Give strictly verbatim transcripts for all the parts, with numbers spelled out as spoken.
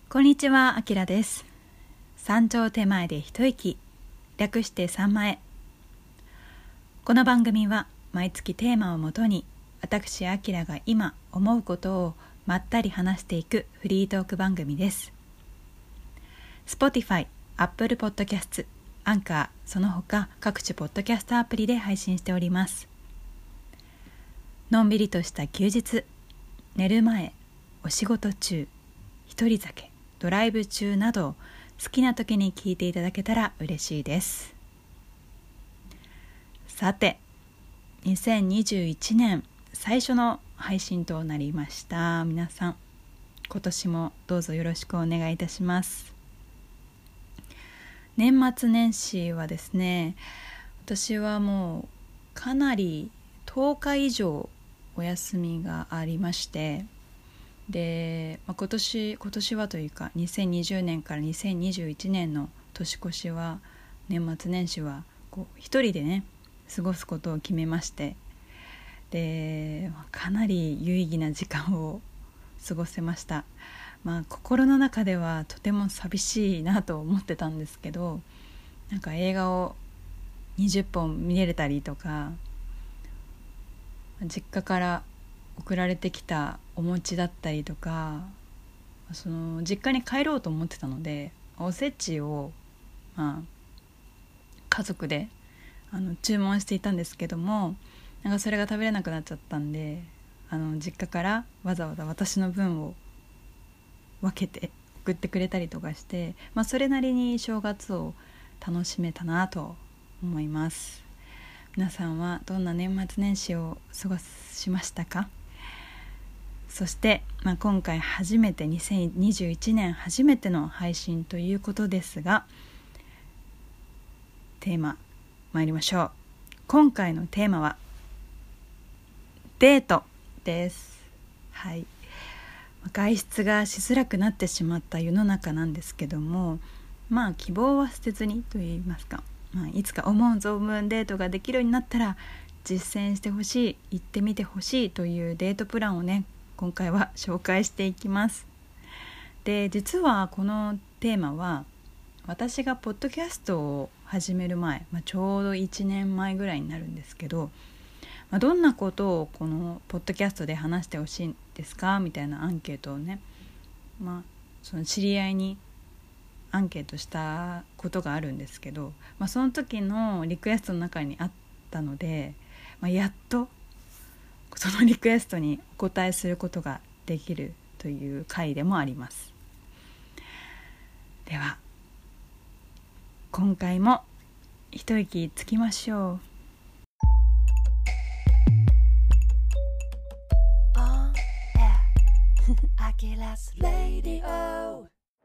こんにちは、あきらです。山頂手前で一息、略してさんまえ。この番組は毎月テーマをもとに、私あきらが今思うことをまったり話していくフリートーク番組です。Spotify、Apple Podcast、Anchor、その他各種ポッドキャストアプリで配信しております。のんびりとした休日、寝る前、お仕事中、一人酒、ドライブ中など好きな時に聞いていただけたら嬉しいです。さて、にせんにじゅういちねん最初の配信となりました。皆さん、今年もどうぞよろしくお願いいたします。年末年始はですね、私はもうかなりとおか以上お休みがありまして、で、まあ、今年今年はというかにせんにじゅうねんからにせんにじゅういちねんの年越しは、年末年始はこう一人でね過ごすことを決めまして、でかなり有意義な時間を過ごせました。まあ心の中ではとても寂しいなと思ってたんですけど、なんか映画をにじゅっぽん見れたりとか、実家から送られてきたお餅だったりとか、その実家に帰ろうと思ってたので、おせちを、まあ、家族であの注文していたんですけども、なんかそれが食べれなくなっちゃったんで、あの実家からわざわざ私の分を分けて送ってくれたりとかして、まあ、それなりに正月を楽しめたなと思います。皆さんはどんな年末年始を過ごしましたか？そして、まあ、今回初めてにせんにじゅういちねん初めての配信ということですが、テーマ参りましょう。今回のテーマはデートです。はい、外出がしづらくなってしまった世の中なんですけども、まあ希望は捨てずにといいますか、まあ、いつか思う存分デートができるようになったら実践してほしい、行ってみてほしいというデートプランをね、今回は紹介していきます。で、実はこのテーマは私がポッドキャストを始める前、まあ、ちょうどいちねんまえぐらいになるんですけど、まあ、どんなことをこのポッドキャストで話してほしいんですかみたいなアンケートをね、まあ、その知り合いにアンケートしたことがあるんですけど、まあ、その時のリクエストの中にあったので、まあ、やっとそのリクエストにお答えすることができるという回でもあります。では今回も一息つきましょう。Akila's Radio。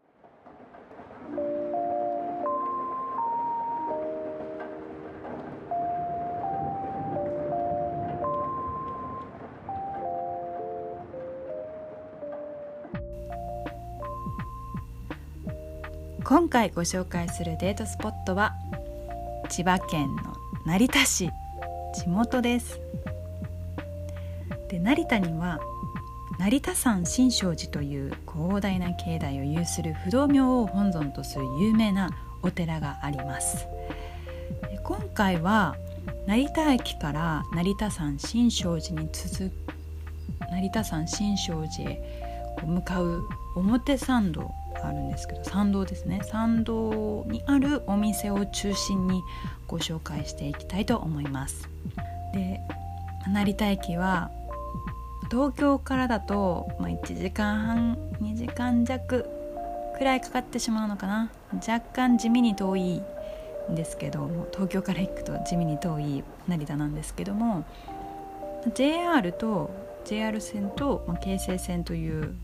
今回ご紹介するデートスポットは千葉県の成田市、地元です。で、成田には成田山新勝寺という広大な境内を有する不動明王本尊とする有名なお寺があります。で、今回は成田駅から成田山新勝寺に続く成田山新勝寺へ向かう表参道があるんですけど、参道ですね、参道にあるお店を中心にご紹介していきたいと思います。で、成田駅は東京からだと、まあ、いちじかんはんにじかん弱くらいかかってしまうのかな。若干地味に遠いんですけども、東京から行くと地味に遠い成田なんですけども、 ジェイアール と ジェイアール 線と、まあ、京成線という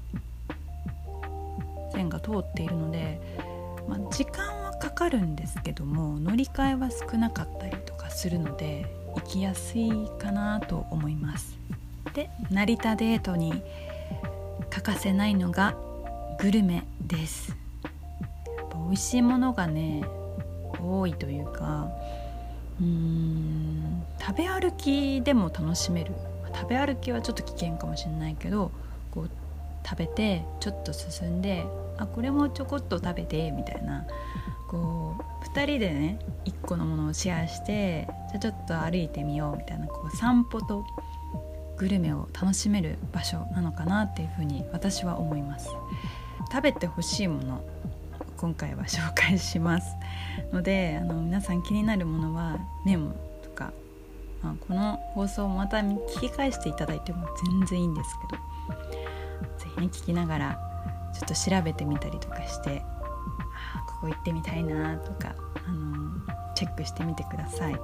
線が通っているので、まあ、時間はかかるんですけども乗り換えは少なかったりとかするので行きやすいかなと思います。で、成田デートに欠かせないのがグルメです。やっぱ美味しいものがね多いというか、うーん食べ歩きでも楽しめる、食べ歩きはちょっと危険かもしれないけど、こう食べてちょっと進んで、あこれもちょこっと食べてみたいな、こうふたりでねいっこのものをシェアして、じゃあちょっと歩いてみようみたいな、こう散歩とグルメを楽しめる場所なのかなっていうふうに私は思います。食べてほしいもの今回は紹介しますので、あの皆さん気になるものはメモとか、まあ、この放送をまた聞き返していただいても全然いいんですけど、ぜひね聞きながらちょっと調べてみたりとかして、あここ行ってみたいなとか、あのチェックしてみてください。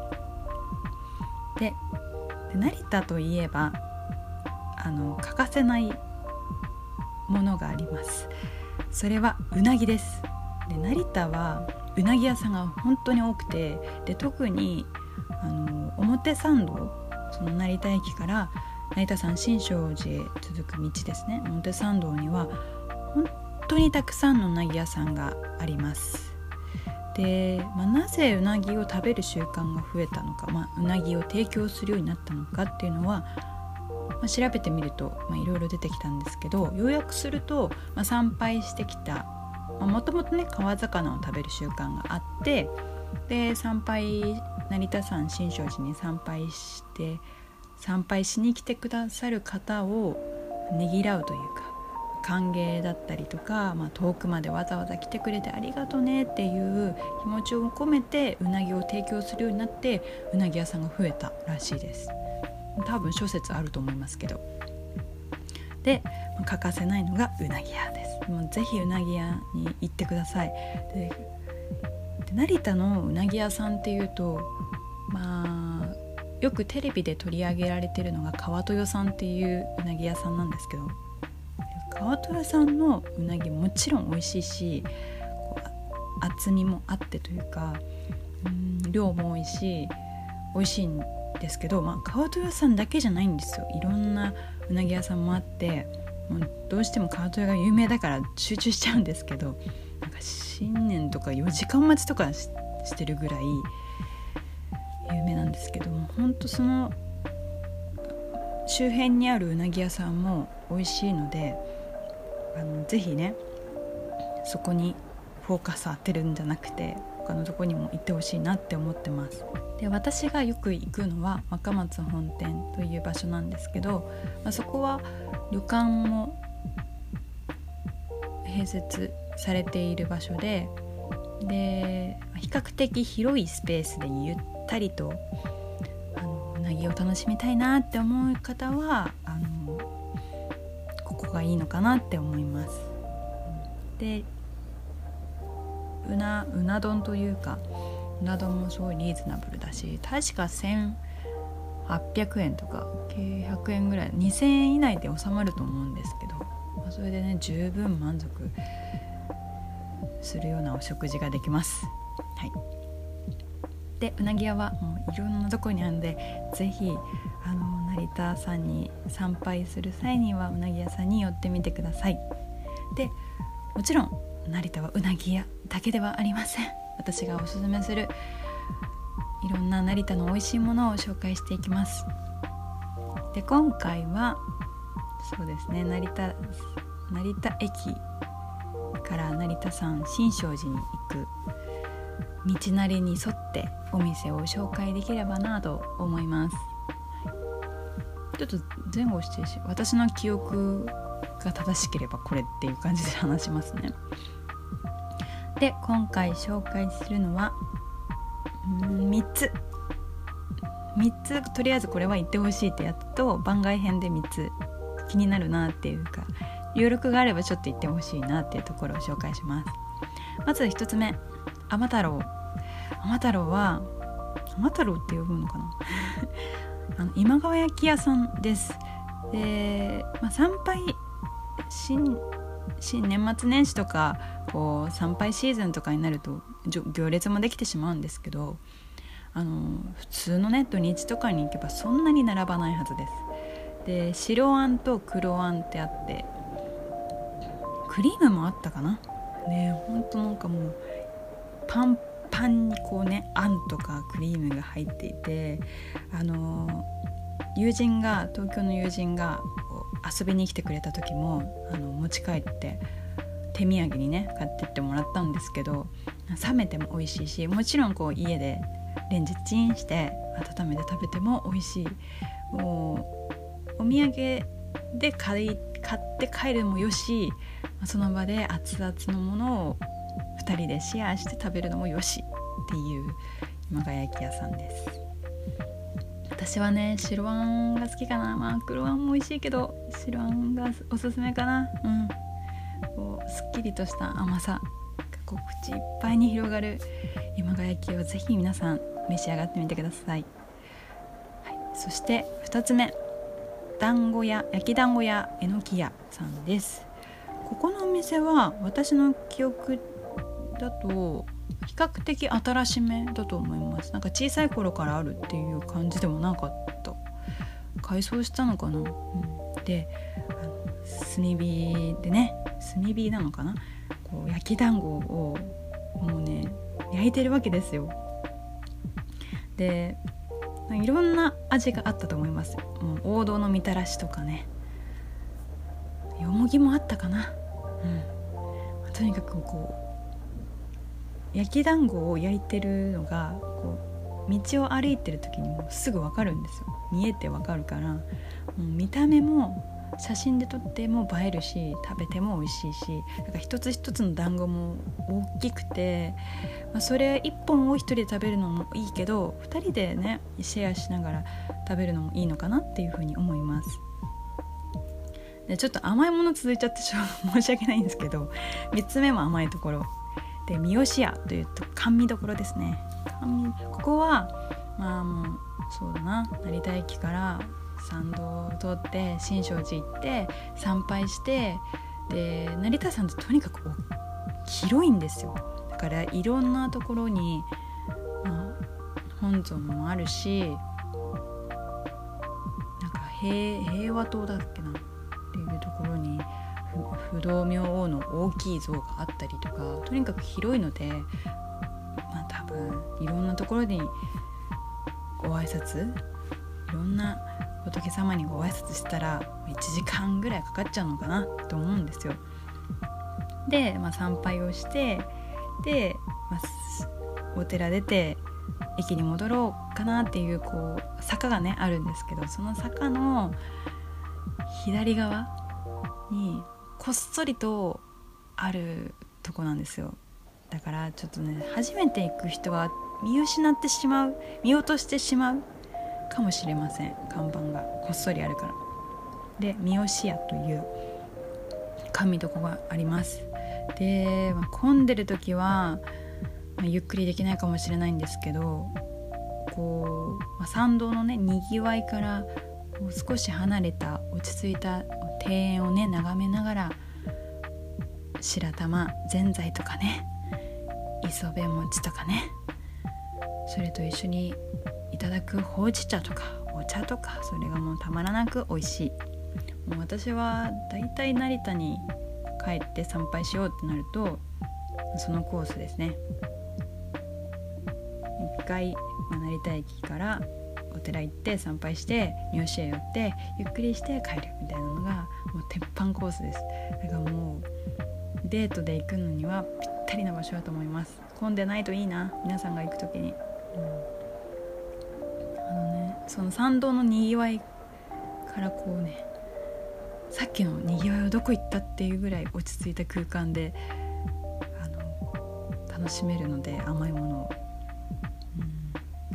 で、で成田といえばあの欠かせないものがあります。それはうなぎです。で成田はうなぎ屋さんが本当に多くて、で特にあの表参道、その成田駅から成田山新勝寺へ続く道ですね、表参道には本当にたくさんのうなぎ屋さんがあります。で、まあ、なぜうなぎを食べる習慣が増えたのか、まあ、うなぎを提供するようになったのかっていうのは、まあ、調べてみるといろいろ出てきたんですけど、要約すると、まあ、参拝してきた、もともとね川魚を食べる習慣があって、で参拝成田山新勝寺に参拝して参拝しに来てくださる方をねぎらうというか歓迎だったりとか、まあ、遠くまでわざわざ来てくれてありがとねっていう気持ちを込めてうなぎを提供するようになって、うなぎ屋さんが増えたらしいです。多分諸説あると思いますけど、で欠かせないのがうなぎ屋です。もうぜひうなぎ屋に行ってください。でで成田のうなぎ屋さんっていうと、まあよくテレビで取り上げられてるのが川豊さんっていううなぎ屋さんなんですけど、川豊さんのうなぎもちろん美味しいし、こう厚みもあってというか、うん量も多いし美味しいんですけど、まあ、川豊さんだけじゃないんですよ。いろんなうなぎ屋さんもあって、もうどうしても川豊が有名だから集中しちゃうんですけど、なんか新年とかよじかん待ちとか し, してるぐらい有名なんですけども、本当その周辺にあるうなぎ屋さんも美味しいので、あのぜひねそこにフォーカス当てるんじゃなくて他のとこにも行ってほしいなって思ってます。で私がよく行くのは若松本店という場所なんですけど、まあ、そこは旅館も併設されている場所で、で比較的広いスペースでゆったりとあのうなぎを楽しみたいなって思う方はあのここがいいのかなって思います。でうな、うな丼というかうな丼もすごいリーズナブルだし、確かせんはっぴゃくえんとかきゅうひゃくえんぐらい、にせんえん以内で収まると思うんですけど、まあ、それでね十分満足するようなお食事ができます。はい。でうなぎ屋はもういろんなところにあるので、ぜひあの成田山に参拝する際にはうなぎ屋さんに寄ってみてください。でもちろん成田はうなぎ屋だけではありません。私がおすすめするいろんな成田の美味しいものを紹介していきます。で今回はそうですね、成田成田駅から成田山新勝寺に行く道なりに沿ってお店を紹介できればなと思います。ちょっと前後してし私の記憶が正しければこれっていう感じで話しますね。で今回紹介するのはんみっつみっつとりあえずこれは言ってほしいってやつと、番外編でみっつ気になるなっていうか余力があればちょっと言ってほしいなっていうところを紹介します。まずひとつめ、甘太郎。甘太郎は甘太郎って呼ぶのかなあの今川焼き屋さんです。で、まあ、参拝新新年末年始とかこう参拝シーズンとかになると行列もできてしまうんですけど、あの普通のね土日とかに行けばそんなに並ばないはずです。で白あんと黒あんってあって、クリームもあったかな。ね、ほんとなんかもうパンパンにこうねあんとかクリームが入っていて、あの友人が東京の友人が遊びに来てくれた時もあの持ち帰って手土産にね買ってってもらったんですけど、冷めても美味しいし、もちろんこう家でレンジチンして温めて食べても美味しい。もうお土産で買い買って帰るもよし、その場で熱々のものをふたりでシェアして食べるのもよしっていう今川焼き屋さんです。私はね白あんが好きかな。まあ黒あんも美味しいけど白あんがおすすめかな。うん、こうすっきりとした甘さがこう口いっぱいに広がる今川焼きをぜひ皆さん召し上がってみてください。はい、そしてふたつめ、団子屋焼き団子屋えのき屋さんです。ここのお店は私の記憶だと比較的新しめだと思います。なんか小さい頃からあるっていう感じでもなかった。改装したのかな、うん、であの炭火でね、炭火なのかな、こう焼き団子をもうね焼いてるわけですよ。でいろんな味があったと思います。もう王道のみたらしとかね、よもぎもあったかな、うん、とにかくこう焼き団子を焼いてるのがこう道を歩いてる時にもうすぐ分かるんですよ。見えて分かるから、もう見た目も写真で撮っても映えるし食べても美味しいし、だから一つ一つの団子も大きくて、まあ、それ一本を一人で食べるのもいいけど二人でねシェアしながら食べるのもいいのかなっていうふうに思います。でちょっと甘いもの続いちゃって申し訳ないんですけど、みっつめも甘いところで三好屋というと甘味どころですね。甘味ここはまあもうそうだな、成田駅から参道を通って新勝寺行って参拝して、で成田山ってとにかく広いんですよ。だからいろんなところに、まあ、本尊もあるし、なんか 平, 平和塔だっけなっていうところに不動明王の大きい像があったりとか、とにかく広いので、まあ多分いろんなところにご挨拶、いろんな仏様にご挨拶したらいちじかんぐらいかかっちゃうのかなと思うんですよ。で、まあ、参拝をしてで、まあ、お寺出て駅に戻ろうかなっていうこう坂がねあるんですけど、その坂の左側にこっそりとあるとこなんですよ。だからちょっとね初めて行く人は見失ってしまう見落としてしまうかもしれません。看板がこっそりあるから。で三好屋という甘味処があります。で、まあ、混んでる時は、まあ、ゆっくりできないかもしれないんですけど、こう、まあ、参道のねにぎわいからこう少し離れた落ち着いた庭園をね眺めながら白玉ぜんざいとかね磯辺餅とかね、それと一緒にいただくほうじ茶とかお茶とか、それがもうたまらなく美味しい。もう私はだいたい成田に帰って参拝しようってなるとそのコースですね。一回成田駅からお寺行って参拝して三好屋寄ってゆっくりして帰るみたいなのがもう鉄板コースです。だからもうデートで行くのにはぴったりな場所だと思います。混んでないといいな、皆さんが行くときに、うん、あのねその参道のにぎわいからこうね、さっきのにぎわいはどこ行ったっていうぐらい落ち着いた空間であの楽しめるので、甘いものを、うん、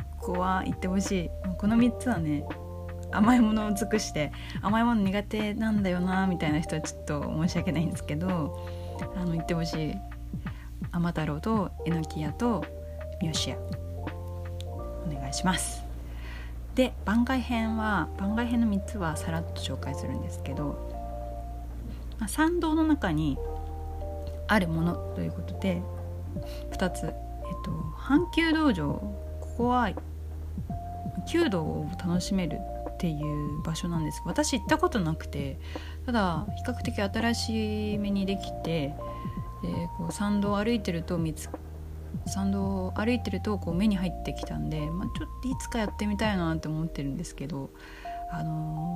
ここは行ってほしい。このみっつはね甘いものを尽くして、甘いもの苦手なんだよなみたいな人はちょっと申し訳ないんですけど、あの行ってほしい。甘太郎とえのき屋と三好屋お願いします。で番外編は番外編のみっつはさらっと紹介するんですけど、まあ、参道の中にあるものということでふたつ、えっと、阪急道場、ここは弓道を楽しめるっていう場所なんです。私行ったことなくて、ただ比較的新しめにできて、でこう参道を歩いてると見つ参道を歩いてるとこう目に入ってきたんで、まあ、ちょっといつかやってみたいなって思ってるんですけど、あの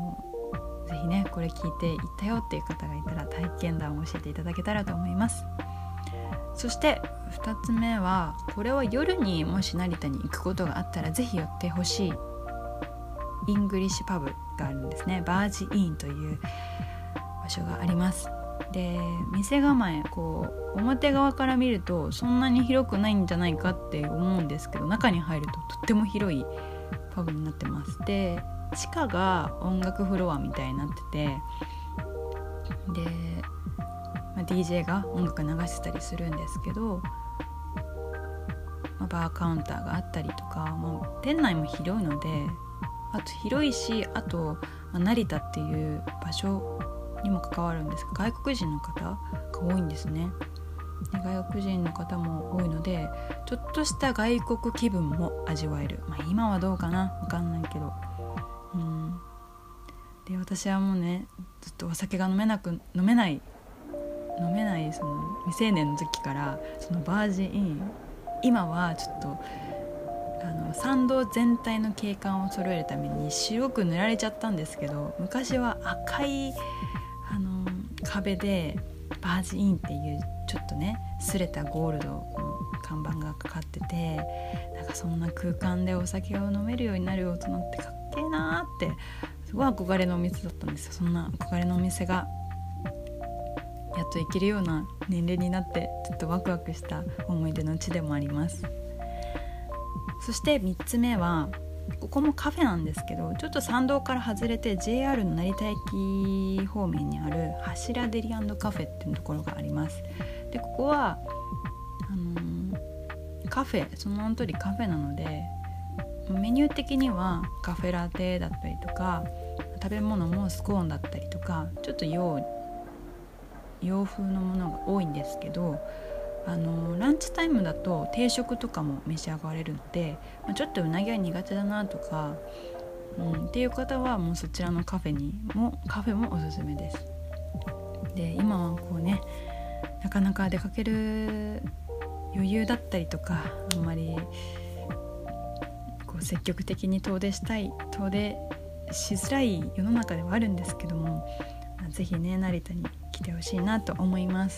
ぜひねこれ聞いて行ったよっていう方がいたら体験談を教えていただけたらと思います。そしてふたつめは、これは夜にもし成田に行くことがあったらぜひ寄ってほしいイングリッシュパブがあるんですね。バージインという場所があります。で、店構えこう表側から見るとそんなに広くないんじゃないかって思うんですけど、中に入るととっても広いパブになってます。で、地下が音楽フロアみたいになってて、で、まあ、ディージェー が音楽流してたりするんですけど、まあ、バーカウンターがあったりとか、まあ、店内も広いので、あと広いし、あと、まあ、成田っていう場所にも関わるんですが、外国人の方が多いんですね。で、外国人の方も多いので、ちょっとした外国気分も味わえる。まあ、今はどうかな、わかんないけど、うん、で、私はもうねずっとお酒が飲めなく飲めない飲めないその未成年の時から、そのバージイン、今はちょっとあの参道全体の景観を揃えるために白く塗られちゃったんですけど、昔は赤いあの壁でバージインっていうちょっとね擦れたゴールドの看板がかかってて、なんかそんな空間でお酒を飲めるようになる大人ってかっけーなーってすごい憧れのお店だったんですよ。そんな憧れのお店がやっと行けるような年齢になって、ちょっとワクワクした思い出の地でもあります。そしてみっつめは、ここもカフェなんですけど、ちょっと参道から外れて ジェイアール の成田駅方面にある柱デリ&カフェっていうところがあります。で、ここはあのー、カフェ、その名の通りカフェなので、メニュー的にはカフェラテだったりとか、食べ物もスコーンだったりとか、ちょっと洋洋風のものが多いんですけど、あのランチタイムだと定食とかも召し上がれるので、まあ、ちょっとうなぎは苦手だなとか、うん、っていう方はもうそちらのカフェにもカフェもおすすめです。で、今はこうねなかなか出かける余裕だったりとか、あんまりこう積極的に遠出したい遠出しづらい世の中ではあるんですけども、まあ、ぜひね成田に来てほしいなと思います。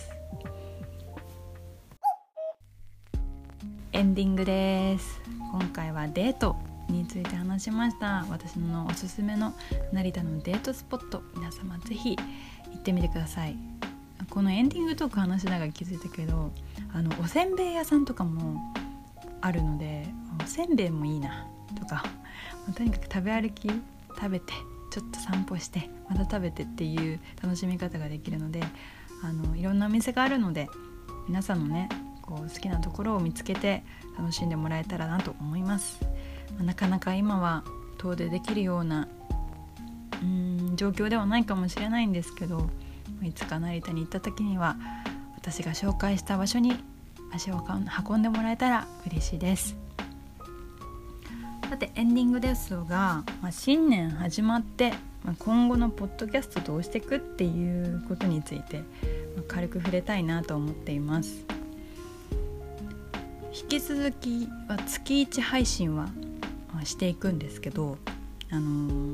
エンディングです。今回はデートについて話しました。私のおすすめの成田のデートスポット、皆様ぜひ行ってみてください。このエンディングトーク話しながら気づいたけど、あのおせんべい屋さんとかもあるので、おせんべいもいいなとか、とにかく食べ歩き、食べてちょっと散歩してまた食べてっていう楽しみ方ができるので、あのいろんなお店があるので、皆さんのねこう好きなところを見つけて楽しんでもらえたらなと思います。まあ、なかなか今は遠出できるようなうーん状況ではないかもしれないんですけど、いつか成田に行った時には私が紹介した場所に足を運んでもらえたら嬉しいです。さてエンディングですが、まあ、新年始まって、まあ、今後のポッドキャストどうしていくっていうことについて、まあ、軽く触れたいなと思っています。引き続きは月いち配信はしていくんですけど、あのー、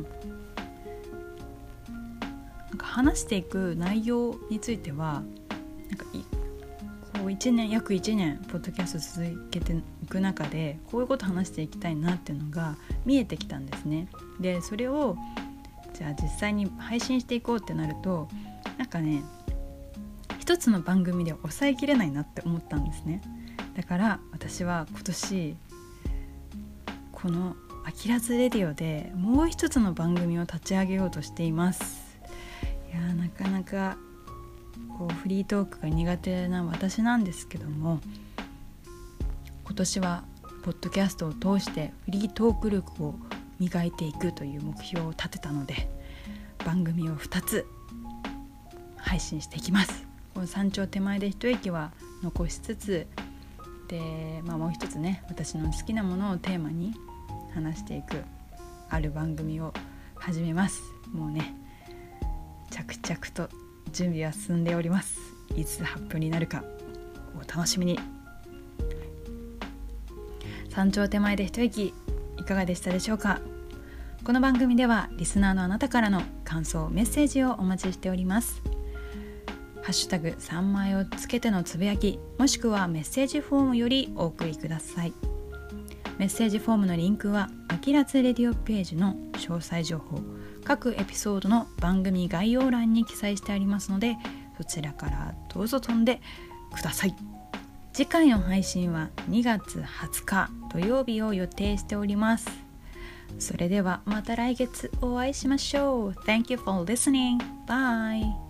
なんか話していく内容についてはなんかいこういちねん約いちねんポッドキャスト続けていく中で、こういうこと話していきたいなっていうのが見えてきたんですね。でそれをじゃあ実際に配信していこうってなると、なんかね一つの番組では抑えきれないなって思ったんですね。だから私は今年このアキラズレディオでもう一つの番組を立ち上げようとしています。いやなかなかこうフリートークが苦手な私なんですけども、今年はポッドキャストを通してフリートーク力を磨いていくという目標を立てたので、番組をふたつ配信していきます。この山頂手前で一息は残しつつで、まあ、もう一つね私の好きなものをテーマに話していくある番組を始めます。もうね着々と準備は進んでおります。いつ発表になるかお楽しみに。山頂手前で一息いかがでしたでしょうか。 この番組ではリスナーのあなたからの感想メッセージをお待ちしております。ハッシュタグさんまいをつけてのつぶやき、もしくはメッセージフォームよりお送りください。メッセージフォームのリンクはアキラツレディオページの詳細情報、各エピソードの番組概要欄に記載してありますので、そちらからどうぞ飛んでください。次回の配信はにがつはつか土曜日を予定しております。それではまた来月お会いしましょう。 Thank you for listening. Bye.